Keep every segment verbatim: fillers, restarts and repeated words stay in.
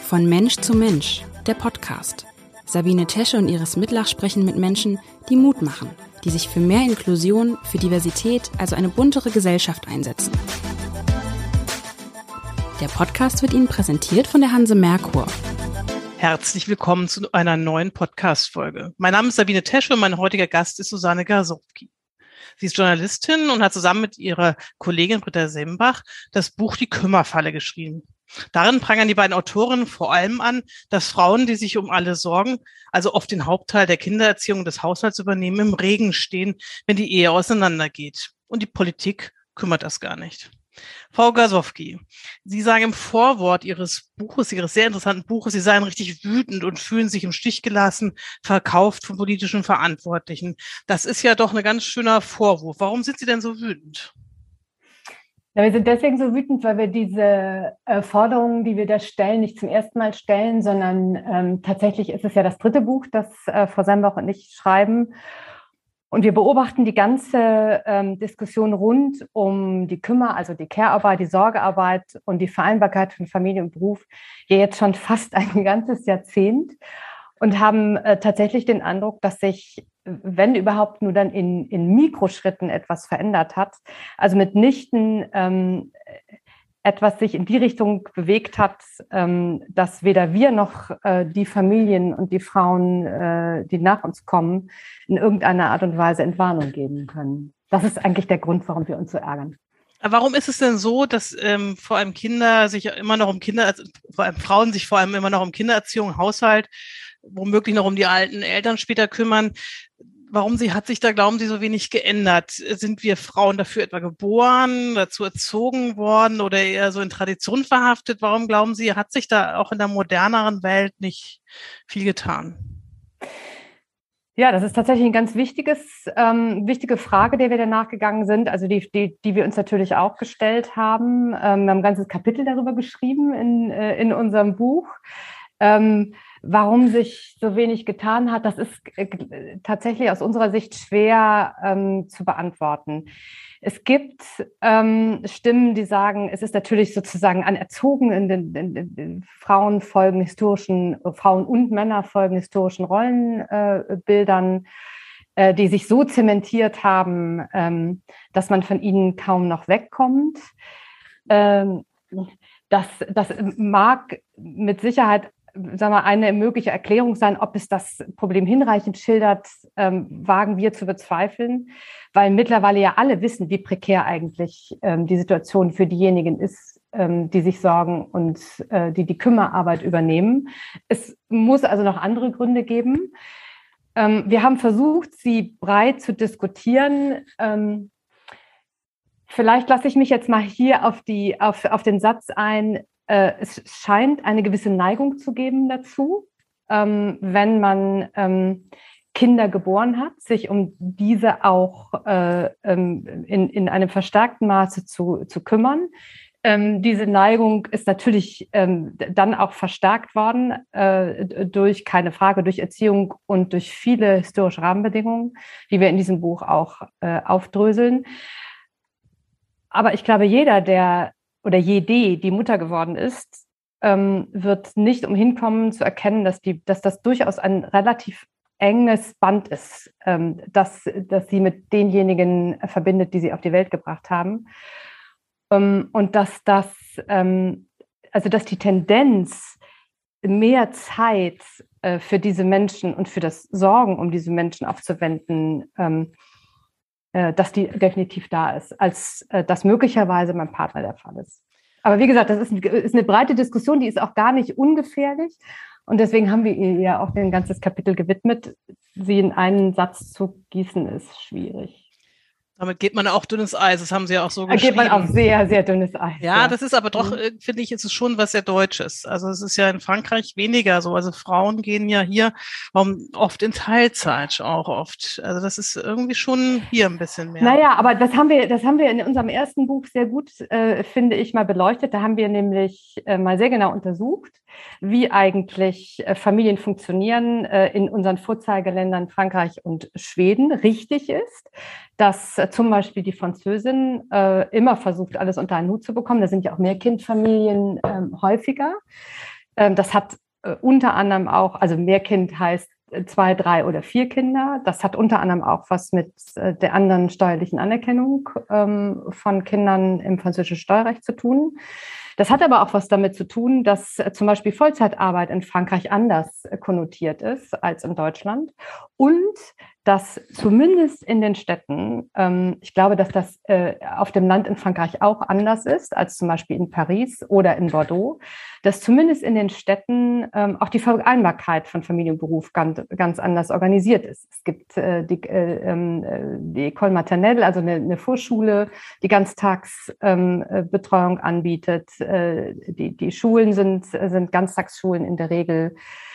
Von Mensch zu Mensch, der Podcast. Sabine Tesche und Iris Mitlach sprechen mit Menschen, die Mut machen, die sich für mehr Inklusion, für Diversität, also eine buntere Gesellschaft einsetzen. Der Podcast wird Ihnen präsentiert von der Hanse Merkur. Herzlich willkommen zu einer neuen Podcast-Folge. Mein Name ist Sabine Tesche und mein heutiger Gast ist Susanne Garsowski. Sie ist Journalistin und hat zusammen mit ihrer Kollegin Britta Sembach das Buch Die Kümmerfalle geschrieben. Darin prangern die beiden Autorinnen vor allem an, dass Frauen, die sich um alle sorgen, also oft den Hauptteil der Kindererziehung und des Haushalts übernehmen, im Regen stehen, wenn die Ehe auseinandergeht. Und die Politik kümmert das gar nicht. Frau Garsowski, Sie sagen im Vorwort Ihres Buches, Ihres sehr interessanten Buches, Sie seien richtig wütend und fühlen sich im Stich gelassen, verkauft von politischen Verantwortlichen. Das ist ja doch ein ganz schöner Vorwurf. Warum sind Sie denn so wütend? Ja, wir sind deswegen so wütend, weil wir diese äh, Forderungen, die wir da stellen, nicht zum ersten Mal stellen, sondern ähm, tatsächlich ist es ja das dritte Buch, das äh, Frau Sembach und ich schreiben. Und wir beobachten die ganze ähm, Diskussion rund um die Kümmer, also die Care-Arbeit, die Sorgearbeit und die Vereinbarkeit von Familie und Beruf ja jetzt schon fast ein ganzes Jahrzehnt und haben äh, tatsächlich den Eindruck, dass sich, wenn überhaupt, nur dann in, in Mikroschritten etwas verändert hat. Also mitnichten ähm, etwas sich in die Richtung bewegt hat, ähm, dass weder wir noch äh, die Familien und die Frauen, äh, die nach uns kommen, in irgendeiner Art und Weise Entwarnung geben können. Das ist eigentlich der Grund, warum wir uns so ärgern. Warum ist es denn so, dass ähm, vor allem Kinder sich immer noch um Kinder, vor allem Frauen sich vor allem immer noch um Kindererziehung, Haushalt, womöglich noch um die alten Eltern später kümmern? Warum sie, hat sich da, glauben Sie, so wenig geändert? Sind wir Frauen dafür etwa geboren, dazu erzogen worden oder eher so in Tradition verhaftet? Warum glauben Sie, hat sich da auch in der moderneren Welt nicht viel getan? Ja, das ist tatsächlich eine ganz wichtiges, ähm, wichtige Frage, der wir danach gegangen sind, also die, die, die wir uns natürlich auch gestellt haben. Ähm, wir haben ein ganzes Kapitel darüber geschrieben in, äh, in unserem Buch. Ähm, warum sich so wenig getan hat, das ist äh, tatsächlich aus unserer Sicht schwer ähm, zu beantworten. Es gibt ähm, Stimmen, die sagen, es ist natürlich sozusagen anerzogen, in den, in den Frauen folgen historischen, Frauen und Männer folgen historischen Rollenbildern, äh, äh, die sich so zementiert haben, ähm, dass man von ihnen kaum noch wegkommt. Ähm, das, das mag mit Sicherheit, sagen wir, eine mögliche Erklärung sein. Ob es das Problem hinreichend schildert, ähm, wagen wir zu bezweifeln, weil mittlerweile ja alle wissen, wie prekär eigentlich ähm, die Situation für diejenigen ist, ähm, die sich sorgen und äh, die die Kümmerarbeit übernehmen. Es muss also noch andere Gründe geben. Ähm, wir haben versucht, sie breit zu diskutieren. Ähm, vielleicht lasse ich mich jetzt mal hier auf, die, auf, auf den Satz ein, es scheint eine gewisse Neigung zu geben dazu, ähm, wenn man ähm, Kinder geboren hat, sich um diese auch äh, ähm, in, in einem verstärkten Maße zu, zu kümmern. Ähm, diese Neigung ist natürlich ähm, dann auch verstärkt worden äh, durch, keine Frage, durch Erziehung und durch viele historische Rahmenbedingungen, die wir in diesem Buch auch äh, aufdröseln. Aber ich glaube, jeder, der oder jede, die Mutter geworden ist, ähm, wird nicht umhin kommen zu erkennen, dass, die, dass das durchaus ein relativ enges Band ist, ähm, das, das sie mit denjenigen verbindet, die sie auf die Welt gebracht haben. Ähm, und dass das, ähm, also dass die Tendenz, mehr Zeit äh, für diese Menschen und für das Sorgen um diese Menschen aufzuwenden, ähm, dass die definitiv da ist, als äh, das möglicherweise beim Partner der Fall ist. Aber wie gesagt, das ist, ist eine breite Diskussion, die ist auch gar nicht ungefährlich. Und deswegen haben wir ihr ja auch ein ganzes Kapitel gewidmet. Sie in einen Satz zu gießen, ist schwierig. Damit geht man auch dünnes Eis, das haben Sie ja auch so da geschrieben. Da geht man auf sehr, sehr dünnes Eis. Ja, ja. Das ist aber doch, mhm. finde ich, ist es schon was sehr Deutsches. Also es ist ja in Frankreich weniger so. Also Frauen gehen ja hier um, oft in Teilzeit auch oft. Also das ist irgendwie schon hier ein bisschen mehr. Naja, aber das haben wir, das haben wir in unserem ersten Buch sehr gut, äh, finde ich, mal beleuchtet. Da haben wir nämlich äh, mal sehr genau untersucht, wie eigentlich äh, Familien funktionieren äh, in unseren Vorzeigeländern Frankreich und Schweden. Richtig ist, dass äh, zum Beispiel die Französin äh, immer versucht, alles unter einen Hut zu bekommen. Da sind ja auch Mehrkindfamilien äh, häufiger. Ähm, das hat äh, unter anderem auch, also Mehrkind heißt äh, zwei, drei oder vier Kinder. Das hat unter anderem auch was mit äh, der anderen steuerlichen Anerkennung ähm, von Kindern im französischen Steuerrecht zu tun. Das hat aber auch was damit zu tun, dass äh, zum Beispiel Vollzeitarbeit in Frankreich anders äh, konnotiert ist als in Deutschland und dass zumindest in den Städten, ähm, ich glaube, dass das äh, auf dem Land in Frankreich auch anders ist als zum Beispiel in Paris oder in Bordeaux, dass zumindest in den Städten ähm, auch die Vereinbarkeit von Familie und Beruf ganz, ganz anders organisiert ist. Es gibt äh, die, äh, äh, die École Maternelle, also eine, eine Vorschule, die Ganztagsbetreuung ähm, anbietet. Äh, die, die Schulen sind, sind Ganztagsschulen in der Regel.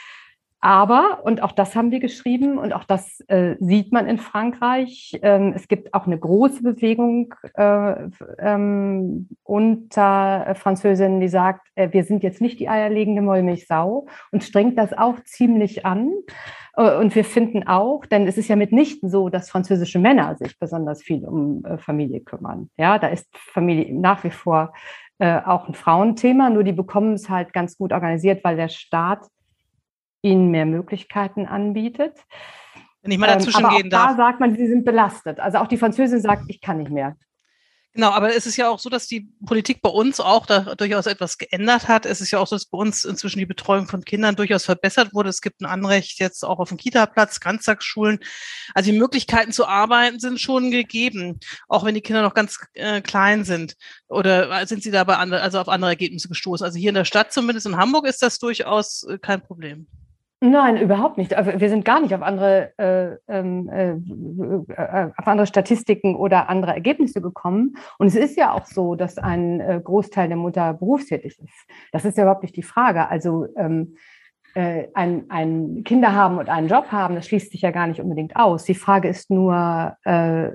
Aber, und auch das haben wir geschrieben und auch das äh, sieht man in Frankreich, ähm, es gibt auch eine große Bewegung äh, ähm, unter Französinnen, die sagt, äh, wir sind jetzt nicht die eierlegende Wollmilchsau und strengt das auch ziemlich an. Äh, und wir finden auch, denn es ist ja mitnichten so, dass französische Männer sich besonders viel um äh, Familie kümmern. Ja, da ist Familie nach wie vor äh, auch ein Frauenthema, nur die bekommen es halt ganz gut organisiert, weil der Staat ihnen mehr Möglichkeiten anbietet. Wenn ich mal dazwischen ähm, aber gehen auch darf. Da sagt man, sie sind belastet. Also auch die Französin sagt, ich kann nicht mehr. Genau, aber es ist ja auch so, dass die Politik bei uns auch da durchaus etwas geändert hat. Es ist ja auch so, dass bei uns inzwischen die Betreuung von Kindern durchaus verbessert wurde. Es gibt ein Anrecht jetzt auch auf den Kita-Platz, Ganztagsschulen. Also die Möglichkeiten zu arbeiten sind schon gegeben, auch wenn die Kinder noch ganz äh, klein sind. Oder sind Sie da bei andere, also auf andere Ergebnisse gestoßen? Also hier in der Stadt, zumindest in Hamburg, ist das durchaus äh, kein Problem. Nein, überhaupt nicht. Also wir sind gar nicht auf andere, äh, äh, äh, auf andere Statistiken oder andere Ergebnisse gekommen. Und es ist ja auch so, dass ein äh, Großteil der Mutter berufstätig ist. Das ist ja überhaupt nicht die Frage. Also ähm, äh, ein, ein Kinder haben und einen Job haben, das schließt sich ja gar nicht unbedingt aus. Die Frage ist nur, äh,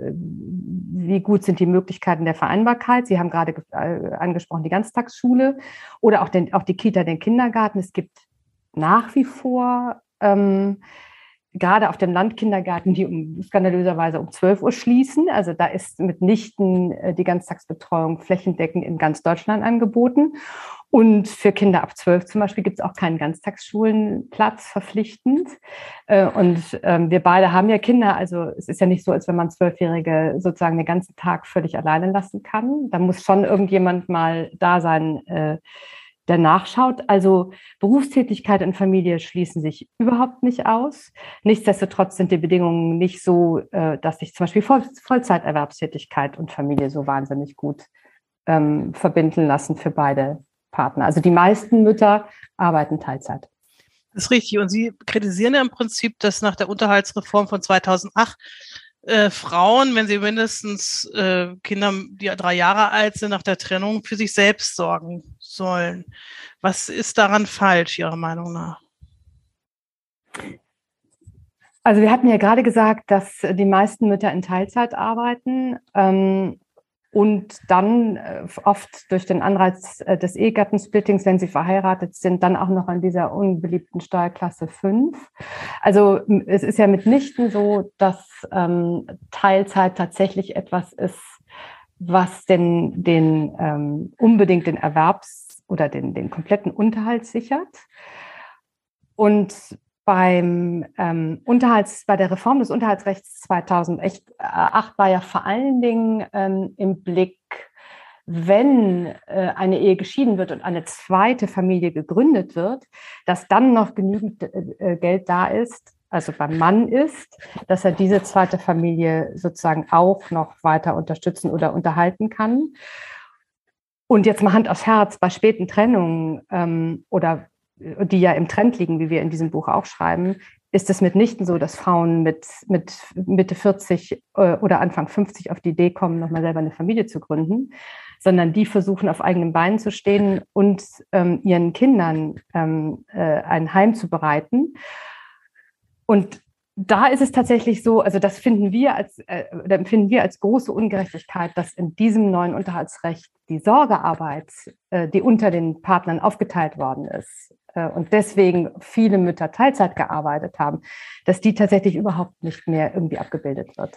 wie gut sind die Möglichkeiten der Vereinbarkeit? Sie haben gerade äh, angesprochen, die Ganztagsschule oder auch, den, auch die Kita, den Kindergarten. Es gibt nach wie vor, ähm, gerade auf dem Land Kindergarten, die um, skandalöserweise um zwölf Uhr schließen. Also da ist mitnichten äh, die Ganztagsbetreuung flächendeckend in ganz Deutschland angeboten. Und für Kinder ab zwölf zum Beispiel gibt es auch keinen Ganztagsschulenplatz verpflichtend. Äh, und ähm, wir beide haben ja Kinder. Also es ist ja nicht so, als wenn man Zwölfjährige sozusagen den ganzen Tag völlig alleine lassen kann. Da muss schon irgendjemand mal da sein, äh, der nachschaut. Also Berufstätigkeit und Familie schließen sich überhaupt nicht aus. Nichtsdestotrotz sind die Bedingungen nicht so, dass sich zum Beispiel Vollzeiterwerbstätigkeit und Familie so wahnsinnig gut ähm, verbinden lassen für beide Partner. Also die meisten Mütter arbeiten Teilzeit. Das ist richtig. Und Sie kritisieren ja im Prinzip, dass nach der Unterhaltsreform von zweitausendacht Äh, Frauen, wenn sie mindestens äh, Kinder, die drei Jahre alt sind, nach der Trennung für sich selbst sorgen sollen. Was ist daran falsch, Ihrer Meinung nach? Also wir hatten ja gerade gesagt, dass die meisten Mütter in Teilzeit arbeiten ähm, und dann äh, oft durch den Anreiz äh, des Ehegattensplittings, wenn sie verheiratet sind, dann auch noch in dieser unbeliebten Steuerklasse fünf. Also es ist ja mitnichten so, dass ähm, Teilzeit tatsächlich etwas ist, was den, den ähm, unbedingt den Erwerbs- oder den, den kompletten Unterhalt sichert. Und beim ähm, Unterhalts, bei der Reform des Unterhaltsrechts zweitausendacht war ja vor allen Dingen ähm, im Blick, wenn äh, eine Ehe geschieden wird und eine zweite Familie gegründet wird, dass dann noch genügend äh, Geld da ist, also beim Mann ist, dass er diese zweite Familie sozusagen auch noch weiter unterstützen oder unterhalten kann. Und jetzt mal Hand aufs Herz, bei späten Trennungen ähm, oder die ja im Trend liegen, wie wir in diesem Buch auch schreiben, ist es mitnichten so, dass Frauen mit, mit Mitte vierzig äh, oder Anfang fünfzig auf die Idee kommen, nochmal selber eine Familie zu gründen, sondern die versuchen, auf eigenen Beinen zu stehen und ähm, ihren Kindern ähm, äh, ein Heim zu bereiten. Und da ist es tatsächlich so, also das finden wir als, äh, empfinden wir als große Ungerechtigkeit, dass in diesem neuen Unterhaltsrecht die Sorgearbeit, äh, die unter den Partnern aufgeteilt worden ist, äh, und deswegen viele Mütter Teilzeit gearbeitet haben, dass die tatsächlich überhaupt nicht mehr irgendwie abgebildet wird.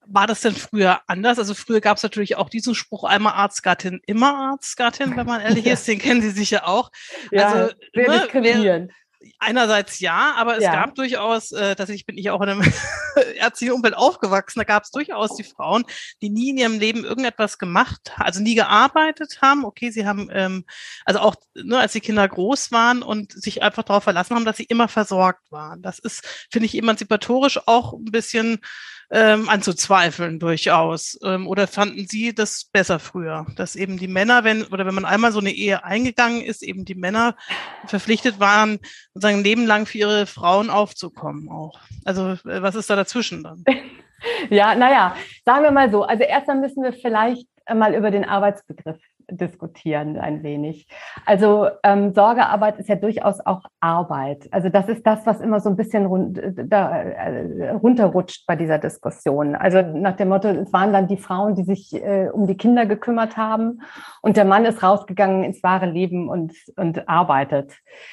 War das denn früher anders? Also früher gab es natürlich auch diesen Spruch, einmal Arztgattin, immer Arztgattin, wenn man ehrlich ist, den kennen Sie sicher auch. Ja, also sehr ne, diskriminierend. Einerseits ja, aber es ja. gab durchaus, äh, tatsächlich bin ich auch in einem ärztlichen Umfeld aufgewachsen, da gab es durchaus die Frauen, die nie in ihrem Leben irgendetwas gemacht, also nie gearbeitet haben. Okay, sie haben, ähm, also auch, ne, als die Kinder groß waren und sich einfach darauf verlassen haben, dass sie immer versorgt waren. Das ist, finde ich, emanzipatorisch auch ein bisschen ähm, anzuzweifeln durchaus. Ähm, oder fanden Sie das besser früher, dass eben die Männer, wenn, oder wenn man einmal so eine Ehe eingegangen ist, eben die Männer verpflichtet waren, sozusagen ein Leben lang für ihre Frauen aufzukommen auch. Also was ist da dazwischen dann? Ja, naja, sagen wir mal so. Also erstmal müssen wir vielleicht mal über den Arbeitsbegriff diskutieren ein wenig. Also ähm, Sorgearbeit ist ja durchaus auch Arbeit. Also das ist das, was immer so ein bisschen run- da, äh, runterrutscht bei dieser Diskussion. Also nach dem Motto, es waren dann die Frauen, die sich äh, um die Kinder gekümmert haben und der Mann ist rausgegangen ins wahre Leben und, und arbeitet.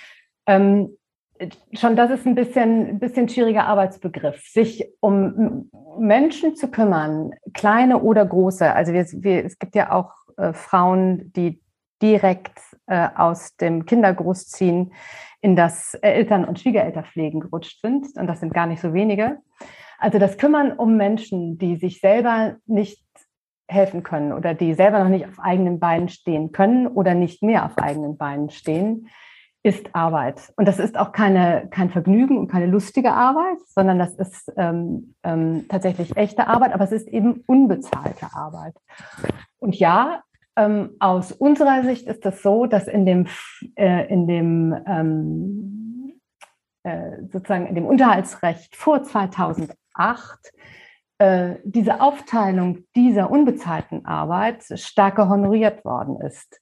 Ähm, Schon das ist ein bisschen, ein bisschen schwieriger Arbeitsbegriff, sich um Menschen zu kümmern, kleine oder große. Also wir, wir, es gibt ja auch äh, Frauen, die direkt äh, aus dem Kindergroßziehen in das Eltern- und Schwiegerelternpflegen gerutscht sind. Und das sind gar nicht so wenige. Also das Kümmern um Menschen, die sich selber nicht helfen können oder die selber noch nicht auf eigenen Beinen stehen können oder nicht mehr auf eigenen Beinen stehen, ist Arbeit. Und das ist auch keine, kein Vergnügen und keine lustige Arbeit, sondern das ist ähm, ähm, tatsächlich echte Arbeit, aber es ist eben unbezahlte Arbeit. Und ja, ähm, aus unserer Sicht ist das so, dass in dem, äh, in dem ähm, äh, sozusagen in dem Unterhaltsrecht vor zweitausendacht äh, diese Aufteilung dieser unbezahlten Arbeit stärker honoriert worden ist.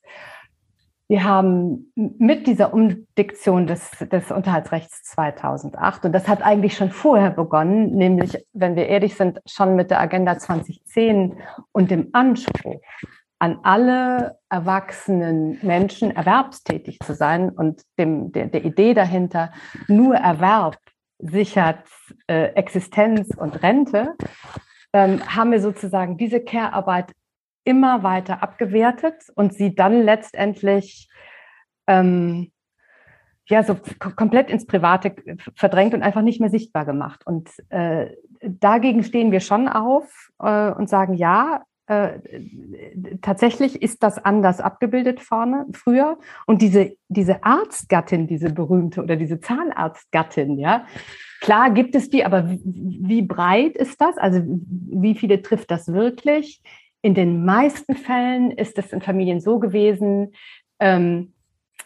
Wir haben mit dieser Umdiktion des, des Unterhaltsrechts zweitausendacht, und das hat eigentlich schon vorher begonnen, nämlich, wenn wir ehrlich sind, schon mit der Agenda zweitausendzehn und dem Anspruch an alle erwachsenen Menschen, erwerbstätig zu sein und dem, der, der Idee dahinter, nur Erwerb sichert äh, Existenz und Rente, ähm, haben wir sozusagen diese Care-Arbeit immer weiter abgewertet und sie dann letztendlich ähm, ja, so k- komplett ins Private verdrängt und einfach nicht mehr sichtbar gemacht. Und äh, dagegen stehen wir schon auf äh, und sagen, ja, äh, tatsächlich ist das anders abgebildet vorne, früher. Und diese, diese Arztgattin, diese berühmte, oder diese Zahnarztgattin, ja, klar gibt es die, aber wie, wie breit ist das? Also wie viele trifft das wirklich? In den meisten Fällen ist es in Familien so gewesen, ähm,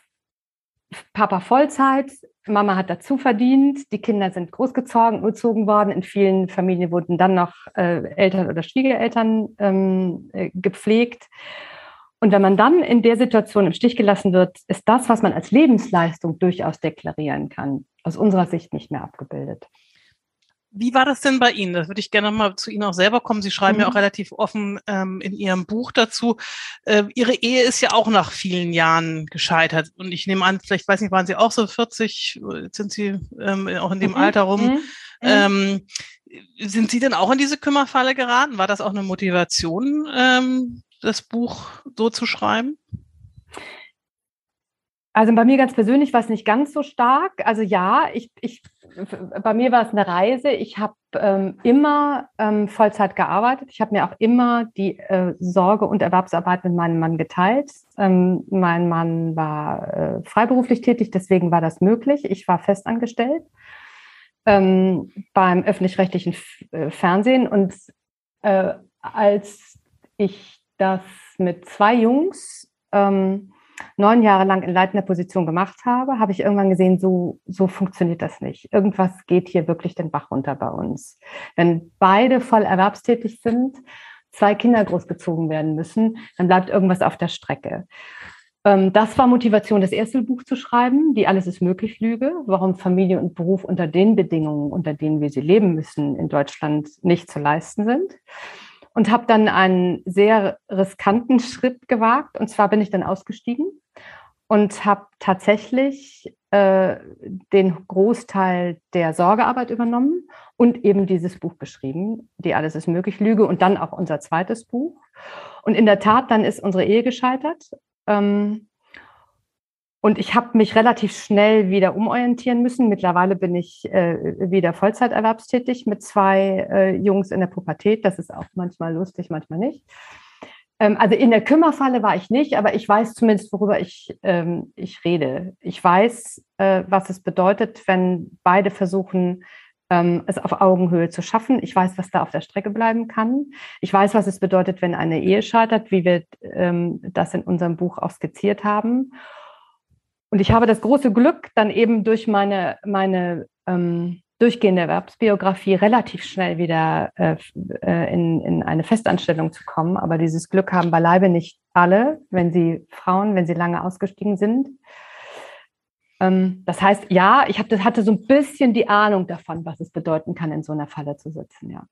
Papa Vollzeit, Mama hat dazu verdient, die Kinder sind großgezogen gezogen worden. In vielen Familien wurden dann noch äh, Eltern oder Schwiegereltern ähm, äh, gepflegt. Und wenn man dann in der Situation im Stich gelassen wird, ist das, was man als Lebensleistung durchaus deklarieren kann, aus unserer Sicht nicht mehr abgebildet. Wie war das denn bei Ihnen? Das würde ich gerne noch mal zu Ihnen auch selber kommen. Sie schreiben mhm. ja auch relativ offen ähm, in Ihrem Buch dazu. Äh, Ihre Ehe ist ja auch nach vielen Jahren gescheitert. Und ich nehme an, vielleicht, weiß nicht, waren Sie auch so vierzig, sind Sie ähm, auch in dem mhm. Alter rum. Mhm. Ähm, sind Sie denn auch in diese Kümmerfalle geraten? War das auch eine Motivation, ähm, das Buch so zu schreiben? Also bei mir ganz persönlich war es nicht ganz so stark. Also ja, ich, ich, bei mir war es eine Reise. Ich habe ähm, immer ähm, Vollzeit gearbeitet. Ich habe mir auch immer die äh, Sorge- und Erwerbsarbeit mit meinem Mann geteilt. Ähm, mein Mann war äh, freiberuflich tätig, deswegen war das möglich. Ich war festangestellt ähm, beim öffentlich-rechtlichen F- äh, Fernsehen. Und äh, als ich das mit zwei Jungs ähm, neun Jahre lang in leitender Position gemacht habe, habe ich irgendwann gesehen, so, so funktioniert das nicht. Irgendwas geht hier wirklich den Bach runter bei uns. Wenn beide voll erwerbstätig sind, zwei Kinder großgezogen werden müssen, dann bleibt irgendwas auf der Strecke. Ähm, das war Motivation, das erste Buch zu schreiben, die Alles ist möglich Lüge, warum Familie und Beruf unter den Bedingungen, unter denen wir sie leben müssen, in Deutschland nicht zu leisten sind. Und habe dann einen sehr riskanten Schritt gewagt. Und zwar bin ich dann ausgestiegen und habe tatsächlich äh, den Großteil der Sorgearbeit übernommen und eben dieses Buch geschrieben, Die Alles ist möglich Lüge, und dann auch unser zweites Buch. Und in der Tat, dann ist unsere Ehe gescheitert. Ähm, und ich habe mich relativ schnell wieder umorientieren müssen. Mittlerweile bin ich äh, wieder Vollzeiterwerbstätig mit zwei äh, Jungs in der Pubertät. Das ist auch manchmal lustig, manchmal nicht. Ähm, also in der Kümmerfalle war ich nicht, aber ich weiß zumindest, worüber ich, ähm, ich rede. Ich weiß, äh, was es bedeutet, wenn beide versuchen, ähm, es auf Augenhöhe zu schaffen. Ich weiß, was da auf der Strecke bleiben kann. Ich weiß, was es bedeutet, wenn eine Ehe scheitert, wie wir ähm, das in unserem Buch auch skizziert haben. Und ich habe das große Glück, dann eben durch meine, meine ähm, durchgehende Erwerbsbiografie relativ schnell wieder äh, in, in eine Festanstellung zu kommen. Aber dieses Glück haben beileibe nicht alle, wenn sie Frauen, wenn sie lange ausgestiegen sind. Ähm, das heißt, ja, ich hab, das hatte so ein bisschen die Ahnung davon, was es bedeuten kann, in so einer Falle zu sitzen, ja.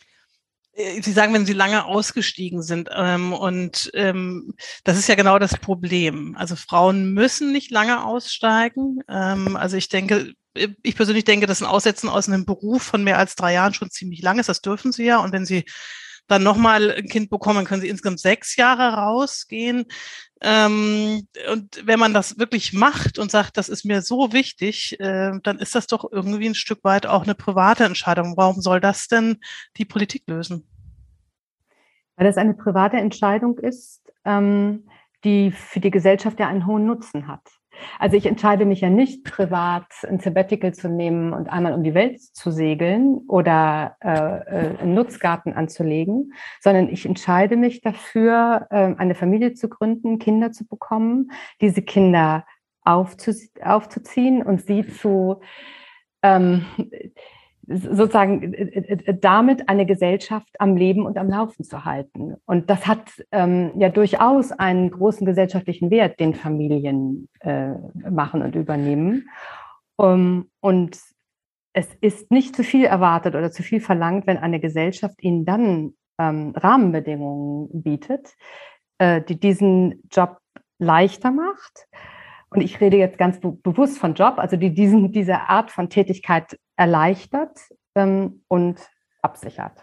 Sie sagen, wenn Sie lange ausgestiegen sind. Ähm, und ähm, das ist ja genau das Problem. Also Frauen müssen nicht lange aussteigen. Ähm, also ich denke, ich persönlich denke, dass ein Aussetzen aus einem Beruf von mehr als drei Jahren schon ziemlich lang ist. Das dürfen Sie ja. Und wenn Sie dann nochmal ein Kind bekommen, können Sie insgesamt sechs Jahre rausgehen. Ähm, und wenn man das wirklich macht und sagt, das ist mir so wichtig, äh, dann ist das doch irgendwie ein Stück weit auch eine private Entscheidung. Warum soll das denn die Politik lösen? Weil das eine private Entscheidung ist, ähm, die für die Gesellschaft ja einen hohen Nutzen hat. Also ich entscheide mich ja nicht privat, ein Sabbatical zu nehmen und einmal um die Welt zu segeln oder äh, einen Nutzgarten anzulegen, sondern ich entscheide mich dafür, äh, eine Familie zu gründen, Kinder zu bekommen, diese Kinder aufzu aufzuziehen und sie zu ähm, sozusagen damit eine Gesellschaft am Leben und am Laufen zu halten. Und das hat ähm, ja durchaus einen großen gesellschaftlichen Wert, den Familien äh, machen und übernehmen. Um, und es ist nicht zu viel erwartet oder zu viel verlangt, wenn eine Gesellschaft ihnen dann ähm, Rahmenbedingungen bietet, äh, die diesen Job leichter macht. Und ich rede jetzt ganz be- bewusst von Job, also die diesen, diese Art von Tätigkeit erleichtert ähm, und absichert.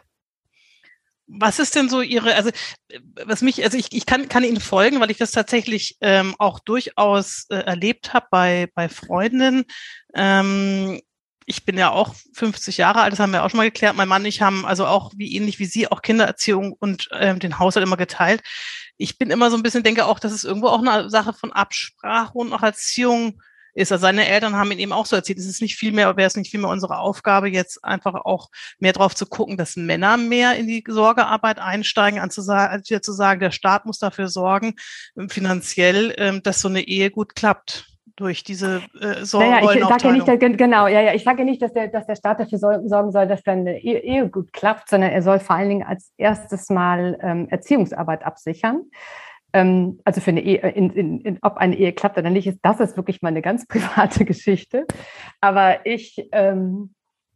Was ist denn so Ihre, also was mich, also ich, ich kann, kann Ihnen folgen, weil ich das tatsächlich ähm, auch durchaus äh, erlebt habe bei, bei Freundinnen. Ähm, ich bin ja auch fünfzig Jahre alt, das haben wir auch schon mal geklärt. Mein Mann und ich haben also auch, wie ähnlich wie Sie, auch Kindererziehung und ähm, den Haushalt immer geteilt. Ich bin immer so ein bisschen, denke auch, dass es irgendwo auch eine Sache von Absprache und auch Erziehung ist. Also seine Eltern haben ihn eben auch so erzählt, es ist nicht viel mehr, wäre es nicht viel mehr unsere Aufgabe, jetzt einfach auch mehr drauf zu gucken, dass Männer mehr in die Sorgearbeit einsteigen, als wieder zu sagen, der Staat muss dafür sorgen, finanziell, dass so eine Ehe gut klappt durch diese äh, so naja, ich sage ja nicht, dass, genau, ja, ja, ich sage ja nicht, dass der, dass der Staat dafür sorgen soll, dass deine Ehe, Ehe gut klappt, sondern er soll vor allen Dingen als erstes Mal ähm, Erziehungsarbeit absichern. Ähm, also für eine Ehe, in, in, in, ob eine Ehe klappt oder nicht, ist das ist wirklich mal eine ganz private Geschichte. Aber ich, ähm,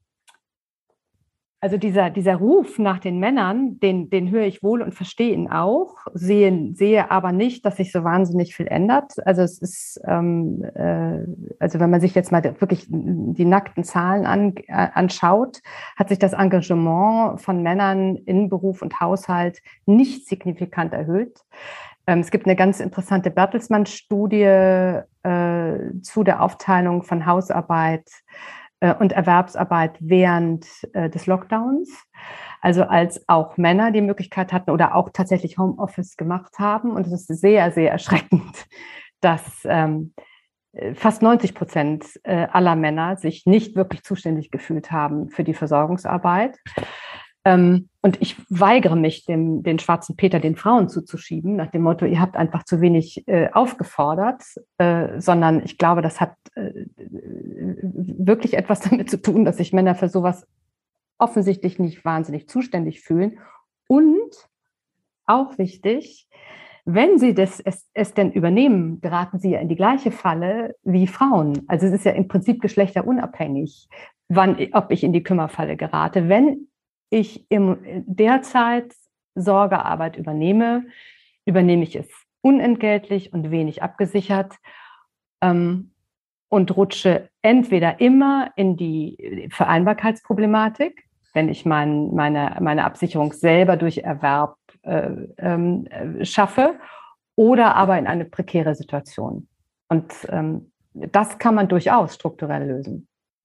also dieser, dieser Ruf nach den Männern, den, den höre ich wohl und verstehe ihn auch, sehe, sehe aber nicht, dass sich so wahnsinnig viel ändert. Also es ist, ähm, äh, also wenn man sich jetzt mal wirklich die nackten Zahlen an, äh, anschaut, hat sich das Engagement von Männern in Beruf und Haushalt nicht signifikant erhöht. Ähm, es gibt eine ganz interessante Bertelsmann-Studie äh, zu der Aufteilung von Hausarbeit und Erwerbsarbeit während äh, des Lockdowns. Also als auch Männer die Möglichkeit hatten oder auch tatsächlich Homeoffice gemacht haben. Und es ist sehr, sehr erschreckend, dass ähm, fast neunzig Prozent äh, aller Männer sich nicht wirklich zuständig gefühlt haben für die Versorgungsarbeit. Ähm, und ich weigere mich, dem, den schwarzen Peter den Frauen zuzuschieben, nach dem Motto, ihr habt einfach zu wenig äh, aufgefordert, äh, sondern ich glaube, das hat äh, wirklich etwas damit zu tun, dass sich Männer für sowas offensichtlich nicht wahnsinnig zuständig fühlen. Und auch wichtig, wenn sie das, es, es denn übernehmen, geraten sie ja in die gleiche Falle wie Frauen. Also es ist ja im Prinzip geschlechterunabhängig, wann, ob ich in die Kümmerfalle gerate. Wenn ich im, derzeit Sorgearbeit übernehme, übernehme ich es unentgeltlich und wenig abgesichert. Ähm, und rutsche entweder immer in die Vereinbarkeitsproblematik, wenn ich mein, meine, meine Absicherung selber durch Erwerb äh, ähm, schaffe, oder aber in eine prekäre Situation. Und ähm, das kann man durchaus strukturell lösen.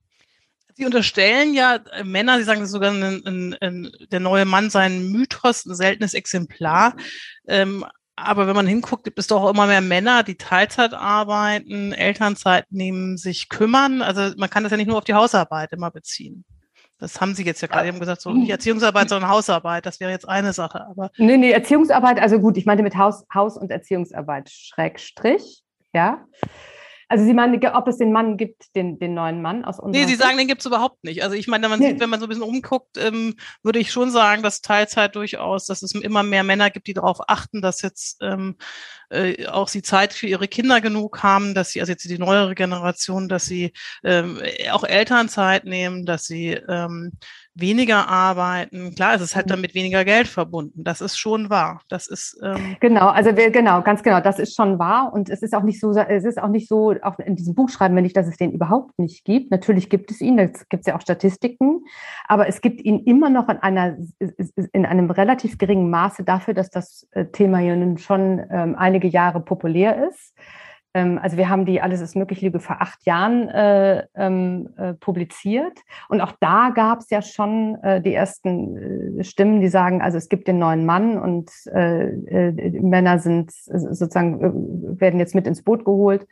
Sie unterstellen ja äh, Männer, Sie sagen das sogar, ein, ein, ein, der neue Mann sei ein Mythos, ein seltenes Exemplar. Ähm, aber wenn man hinguckt, gibt es doch auch immer mehr Männer, die Teilzeit arbeiten, Elternzeit nehmen, sich kümmern. Also man kann das ja nicht nur auf die Hausarbeit immer beziehen. Das haben Sie jetzt ja gerade eben gesagt, so nicht Erziehungsarbeit, sondern Hausarbeit. Das wäre jetzt eine Sache. Aber nee, nee, Erziehungsarbeit, also gut, ich meinte mit Haus, Haus- und Erziehungsarbeit, Schrägstrich, ja. Also Sie meinen, ob es den Mann gibt, den, den neuen Mann aus unserer Nee, Sie Sicht? sagen, den gibt es überhaupt nicht. Also ich meine, man nee. sieht, wenn man so ein bisschen umguckt, ähm, würde ich schon sagen, dass Teilzeit durchaus, dass es immer mehr Männer gibt, die darauf achten, dass jetzt ähm, äh, auch sie Zeit für ihre Kinder genug haben, dass sie, also jetzt die neuere Generation, dass sie ähm, auch Elternzeit nehmen, dass sie ähm, weniger arbeiten. Klar, es ist halt dann mit weniger Geld verbunden. Das ist schon wahr. Das ist ähm genau, also wir, genau, ganz genau. Das ist schon wahr und es ist auch nicht so, es ist auch nicht so, auch in diesem Buch schreiben wir nicht, dass es den überhaupt nicht gibt. Natürlich gibt es ihn, da gibt es ja auch Statistiken, aber es gibt ihn immer noch in einer, in einem relativ geringen Maße dafür, dass das Thema ja nun schon ähm, einige Jahre populär ist. Also wir haben die Alles ist möglich Lüge vor acht Jahren äh, äh, publiziert. Und auch da gab es ja schon äh, die ersten äh, Stimmen, die sagen, also es gibt den neuen Mann und äh, äh, Männer sind sozusagen, äh, werden jetzt mit ins Boot geholt.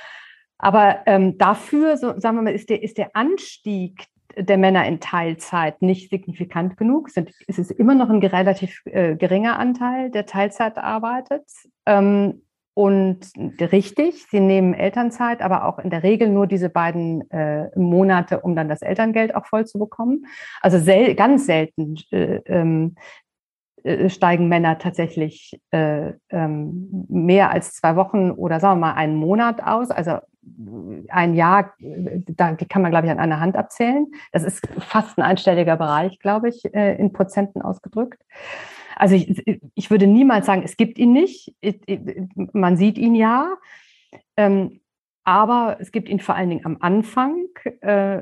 Aber ähm, dafür, so, sagen wir mal, ist der, ist der Anstieg der Männer in Teilzeit nicht signifikant genug. Es ist immer noch ein relativ äh, geringer Anteil, der Teilzeit arbeitet. Ähm, Und richtig, sie nehmen Elternzeit, aber auch in der Regel nur diese beiden äh, Monate, um dann das Elterngeld auch voll zu bekommen. Also sel- ganz selten äh, äh, steigen Männer tatsächlich äh, ähm, mehr als zwei Wochen oder sagen wir mal einen Monat aus. Also ein Jahr, da kann man, glaube ich, an einer Hand abzählen. Das ist fast ein einstelliger Bereich, glaube ich, äh, in Prozenten ausgedrückt. Also ich, ich würde niemals sagen, es gibt ihn nicht. Man sieht ihn ja, ähm, aber es gibt ihn vor allen Dingen am Anfang. Äh,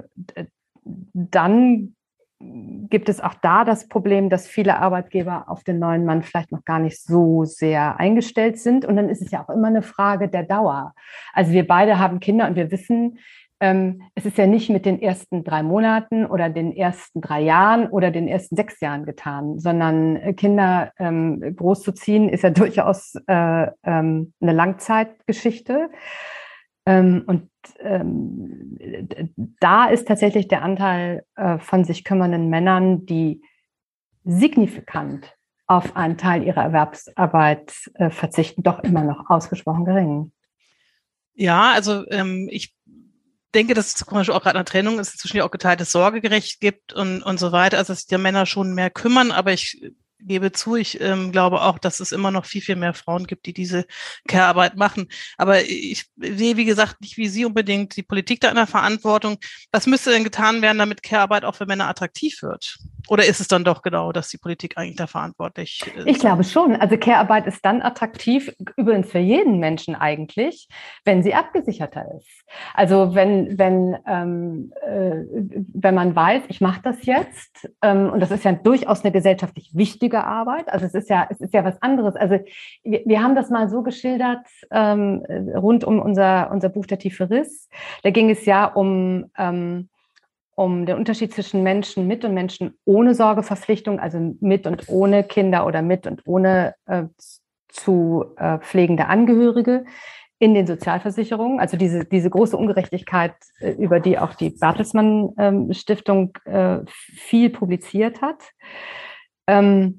dann gibt es auch da das Problem, dass viele Arbeitgeber auf den neuen Mann vielleicht noch gar nicht so sehr eingestellt sind. Und dann ist es ja auch immer eine Frage der Dauer. Also wir beide haben Kinder und wir wissen, Ähm, es ist ja nicht mit den ersten drei Monaten oder den ersten drei Jahren oder den ersten sechs Jahren getan, sondern Kinder ähm, großzuziehen ist ja durchaus äh, ähm, eine Langzeitgeschichte. Ähm, und ähm, da ist tatsächlich der Anteil äh, von sich kümmernden Männern, die signifikant auf einen Teil ihrer Erwerbsarbeit äh, verzichten, doch immer noch ausgesprochen gering. Ja, also ähm, ich denke, dass es zum Beispiel auch gerade eine Trennung ist, zwischen auch geteiltes Sorgerecht gibt und, und so weiter, also dass sich die Männer schon mehr kümmern, aber ich gebe zu, ich ähm, glaube auch, dass es immer noch viel, viel mehr Frauen gibt, die diese Care-Arbeit machen. Aber ich sehe, wie gesagt, nicht wie Sie unbedingt die Politik da in der Verantwortung. Was müsste denn getan werden, damit Care-Arbeit auch für Männer attraktiv wird? Oder ist es dann doch genau, dass die Politik eigentlich da verantwortlich ist? Ich glaube schon. Also Care-Arbeit ist dann attraktiv, übrigens für jeden Menschen eigentlich, wenn sie abgesicherter ist. Also wenn, wenn, ähm, äh, wenn man weiß, ich mache das jetzt, ähm, und das ist ja durchaus eine gesellschaftlich wichtige Arbeit. Also es ist ja, es ist ja was anderes. Also wir, wir haben das mal so geschildert ähm, rund um unser, unser Buch Der tiefe Riss. Da ging es ja um ähm, um den Unterschied zwischen Menschen mit und Menschen ohne Sorgeverpflichtung, also mit und ohne Kinder oder mit und ohne äh, zu äh, pflegende Angehörige in den Sozialversicherungen. Also diese, diese große Ungerechtigkeit, äh, über die auch die Bertelsmann ähm, Stiftung äh, viel publiziert hat. Ähm,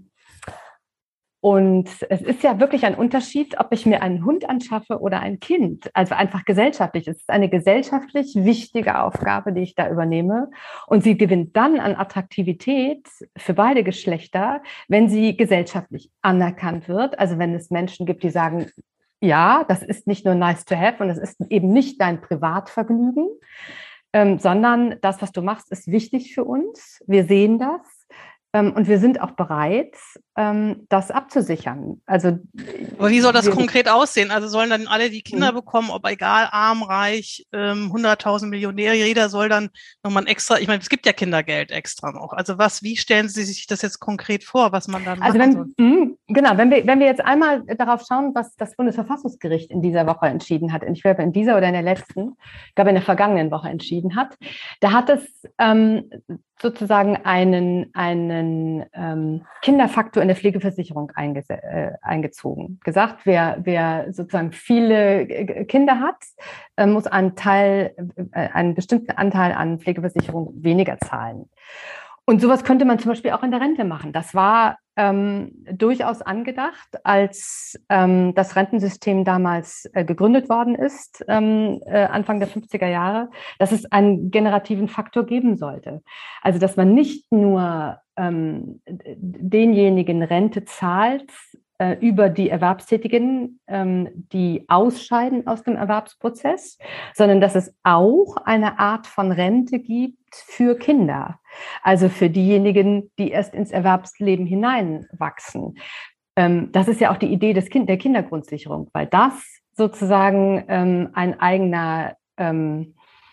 Und es ist ja wirklich ein Unterschied, ob ich mir einen Hund anschaffe oder ein Kind. Also einfach gesellschaftlich. Es ist eine gesellschaftlich wichtige Aufgabe, die ich da übernehme. Und sie gewinnt dann an Attraktivität für beide Geschlechter, wenn sie gesellschaftlich anerkannt wird. Also wenn es Menschen gibt, die sagen, ja, das ist nicht nur nice to have und es ist eben nicht dein Privatvergnügen, ähm, sondern das, was du machst, ist wichtig für uns. Wir sehen das. Und wir sind auch bereit, ähm, das abzusichern. Also, aber wie soll das wir, konkret aussehen? Also sollen dann alle die Kinder mhm. bekommen, ob egal, arm, reich, ähm, hunderttausend Millionäre, jeder soll dann nochmal ein extra, ich meine, es gibt ja Kindergeld extra noch. Also was, wie stellen Sie sich das jetzt konkret vor, was man dann Also machen wenn, soll? mh, genau, wenn wir, wenn wir jetzt einmal darauf schauen, was das Bundesverfassungsgericht in dieser Woche entschieden hat, ich glaube in dieser oder in der letzten, ich glaube in der vergangenen Woche entschieden hat, da hat es ähm, sozusagen einen, einen ähm, Kinderfaktor in der Pflegeversicherung einge- äh, eingezogen. Gesagt, wer, wer sozusagen viele Kinder hat, äh, muss einen Teil, äh, einen bestimmten Anteil an Pflegeversicherung weniger zahlen. Und sowas könnte man zum Beispiel auch in der Rente machen. Das war ähm, durchaus angedacht, als ähm, das Rentensystem damals äh, gegründet worden ist, ähm, äh, Anfang der fünfziger Jahre, dass es einen generativen Faktor geben sollte. Also dass man nicht nur ähm, denjenigen Rente zahlt, äh, über die Erwerbstätigen, ähm, die ausscheiden aus dem Erwerbsprozess, sondern dass es auch eine Art von Rente gibt für Kinder. Also für diejenigen, die erst ins Erwerbsleben hineinwachsen. Ähm, das ist ja auch die Idee des kind- der Kindergrundsicherung, weil das sozusagen ähm, ein eigener ähm,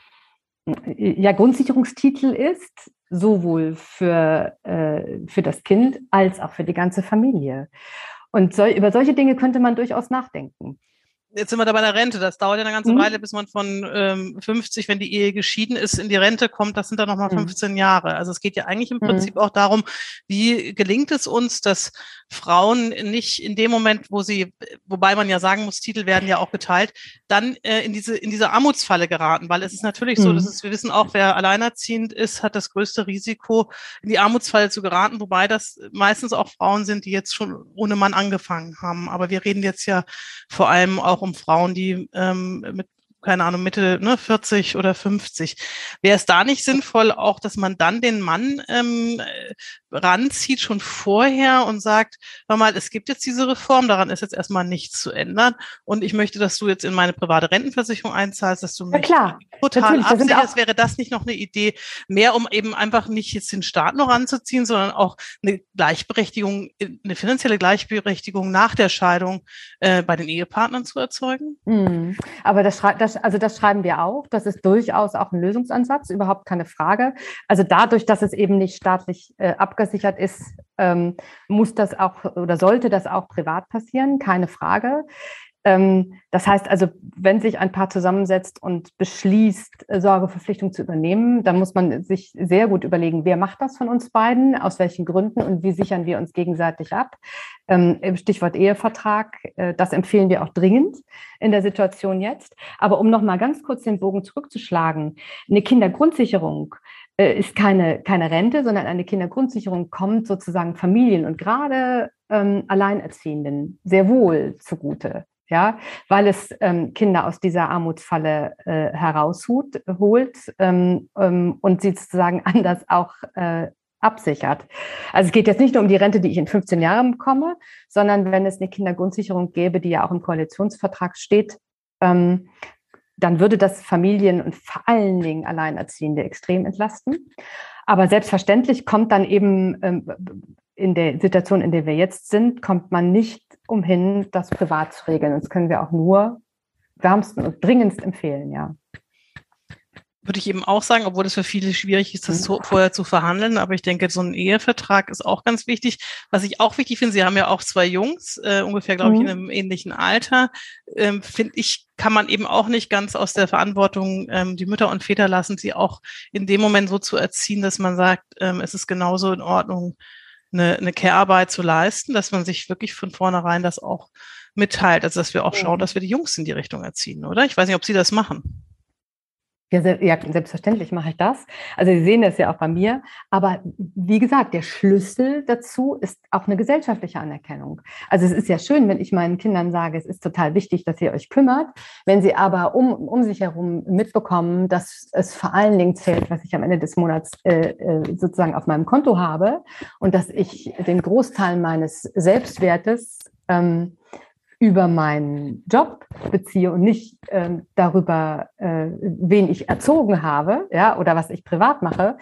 ja, Grundsicherungstitel ist, sowohl für, äh, für das Kind als auch für die ganze Familie. Und so, über solche Dinge könnte man durchaus nachdenken. Jetzt sind wir da bei der Rente. Das dauert ja eine ganze hm? Weile, bis man von ähm, fünfzig, wenn die Ehe geschieden ist, in die Rente kommt. Das sind dann nochmal hm. fünfzehn Jahre. Also es geht ja eigentlich im hm. Prinzip auch darum, wie gelingt es uns, dass Frauen nicht in dem Moment, wo sie, wobei man ja sagen muss, Titel werden ja auch geteilt, dann äh, in diese in diese Armutsfalle geraten. Weil es ist natürlich hm. so, dass es, wir wissen auch, wer alleinerziehend ist, hat das größte Risiko, in die Armutsfalle zu geraten, wobei das meistens auch Frauen sind, die jetzt schon ohne Mann angefangen haben. Aber wir reden jetzt ja vor allem auch um Frauen, die ähm, mit, keine Ahnung, Mitte ne, vierzig oder fünfzig. Wäre es da nicht sinnvoll, auch, dass man dann den Mann ähm, ranzieht, schon vorher und sagt, hör mal, es gibt jetzt diese Reform, daran ist jetzt erstmal nichts zu ändern und ich möchte, dass du jetzt in meine private Rentenversicherung einzahlst, dass du mich ja, total Natürlich, absicherst. Wäre das nicht noch eine Idee, mehr um eben einfach nicht jetzt den Staat noch ranzuziehen, sondern auch eine Gleichberechtigung, eine finanzielle Gleichberechtigung nach der Scheidung äh, bei den Ehepartnern zu erzeugen? Mhm. Aber das, das, also das schreiben wir auch. Das ist durchaus auch ein Lösungsansatz, überhaupt keine Frage. Also dadurch, dass es eben nicht staatlich äh, abgesichert ist, ähm, muss das auch oder sollte das auch privat passieren, keine Frage. Ähm, das heißt also, wenn sich ein Paar zusammensetzt und beschließt, Sorgeverpflichtung zu übernehmen, dann muss man sich sehr gut überlegen, wer macht das von uns beiden, aus welchen Gründen und wie sichern wir uns gegenseitig ab. Ähm, Stichwort Ehevertrag, äh, das empfehlen wir auch dringend in der Situation jetzt. Aber um nochmal ganz kurz den Bogen zurückzuschlagen, eine Kindergrundsicherung äh, ist keine, keine Rente, sondern eine Kindergrundsicherung kommt sozusagen Familien und gerade ähm, Alleinerziehenden sehr wohl zugute. Ja, weil es ähm, Kinder aus dieser Armutsfalle äh, herausholt holt, ähm, ähm, und sie sozusagen anders auch äh, absichert. Also es geht jetzt nicht nur um die Rente, die ich in fünfzehn Jahren bekomme, sondern wenn es eine Kindergrundsicherung gäbe, die ja auch im Koalitionsvertrag steht, ähm, dann würde das Familien und vor allen Dingen Alleinerziehende extrem entlasten. Aber selbstverständlich kommt dann eben ähm, in der Situation, in der wir jetzt sind, kommt man nicht umhin, das privat zu regeln. Das können wir auch nur wärmsten und dringendst empfehlen, ja. Würde ich eben auch sagen, obwohl es für viele schwierig ist, das so vorher zu verhandeln. Aber ich denke, so ein Ehevertrag ist auch ganz wichtig. Was ich auch wichtig finde, Sie haben ja auch zwei Jungs, äh, ungefähr, glaube ich, in einem ähnlichen Alter. Ähm, finde ich, kann man eben auch nicht ganz aus der Verantwortung ähm, die Mütter und Väter lassen, sie auch in dem Moment so zu erziehen, dass man sagt, ähm, es ist genauso in Ordnung, eine, eine Care-Arbeit zu leisten, dass man sich wirklich von vornherein das auch mitteilt. Also, dass wir auch schauen, dass wir die Jungs in die Richtung erziehen, oder? Ich weiß nicht, ob Sie das machen. Ja, ja, selbstverständlich mache ich das. Also Sie sehen das ja auch bei mir. Aber wie gesagt, der Schlüssel dazu ist auch eine gesellschaftliche Anerkennung. Also es ist ja schön, wenn ich meinen Kindern sage, es ist total wichtig, dass ihr euch kümmert. Wenn sie aber um, um sich herum mitbekommen, dass es vor allen Dingen zählt, was ich am Ende des Monats äh, sozusagen auf meinem Konto habe und dass ich den Großteil meines Selbstwertes ähm, über meinen Job beziehe und nicht äh, darüber, äh, wen ich erzogen habe, ja, oder was ich privat mache,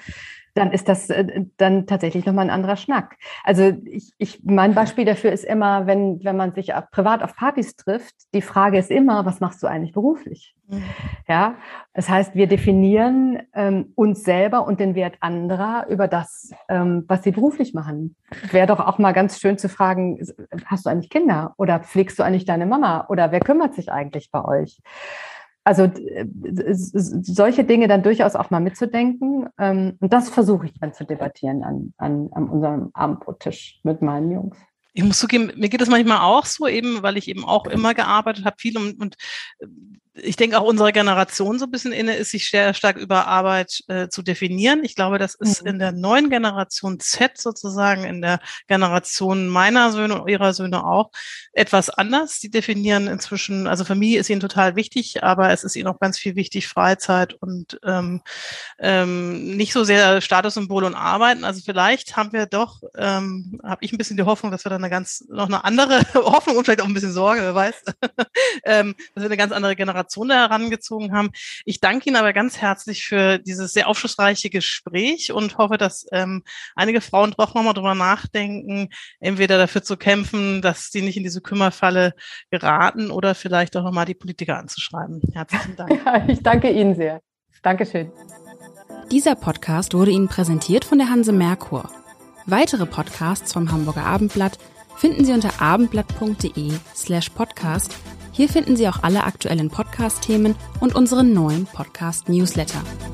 dann ist das äh, dann tatsächlich nochmal ein anderer Schnack. Also ich, ich, mein Beispiel dafür ist immer, wenn, wenn man sich privat auf Partys trifft, die Frage ist immer, was machst du eigentlich beruflich? Mhm. Ja, das heißt, wir definieren ähm, uns selber und den Wert anderer über das, ähm, was sie beruflich machen. Wäre doch auch mal ganz schön zu fragen, hast du eigentlich Kinder oder pflegst du eigentlich deine Mama oder wer kümmert sich eigentlich bei euch? Also äh, solche Dinge dann durchaus auch mal mitzudenken. Ähm, und das versuche ich dann zu debattieren an, an, an unserem Abendbrottisch mit meinen Jungs. Ich muss zugeben, mir geht es manchmal auch so, eben, weil ich eben auch immer gearbeitet habe, viel und, und ich denke auch unsere Generation so ein bisschen inne ist, sich sehr stark über Arbeit äh, zu definieren. Ich glaube, das ist in der neuen Generation Z sozusagen, in der Generation meiner Söhne und ihrer Söhne auch etwas anders. Die definieren inzwischen, also Familie ist ihnen total wichtig, aber es ist ihnen auch ganz viel wichtig, Freizeit und ähm, ähm, nicht so sehr Statussymbole und Arbeiten. Also vielleicht haben wir doch, ähm, habe ich ein bisschen die Hoffnung, dass wir dann eine ganz, noch eine andere Hoffnung und vielleicht auch ein bisschen Sorge, wer weiß, ähm, dass wir eine ganz andere Generation da herangezogen haben. Ich danke Ihnen aber ganz herzlich für dieses sehr aufschlussreiche Gespräch und hoffe, dass ähm, einige Frauen doch nochmal drüber nachdenken, entweder dafür zu kämpfen, dass sie nicht in diese Kümmerfalle geraten oder vielleicht auch nochmal die Politiker anzuschreiben. Herzlichen Dank. Ja, ich danke Ihnen sehr. Dankeschön. Dieser Podcast wurde Ihnen präsentiert von der Hanse Merkur. Weitere Podcasts vom Hamburger Abendblatt finden Sie unter abendblatt.de slash podcast. Hier finden Sie auch alle aktuellen Podcast-Themen und unseren neuen Podcast-Newsletter.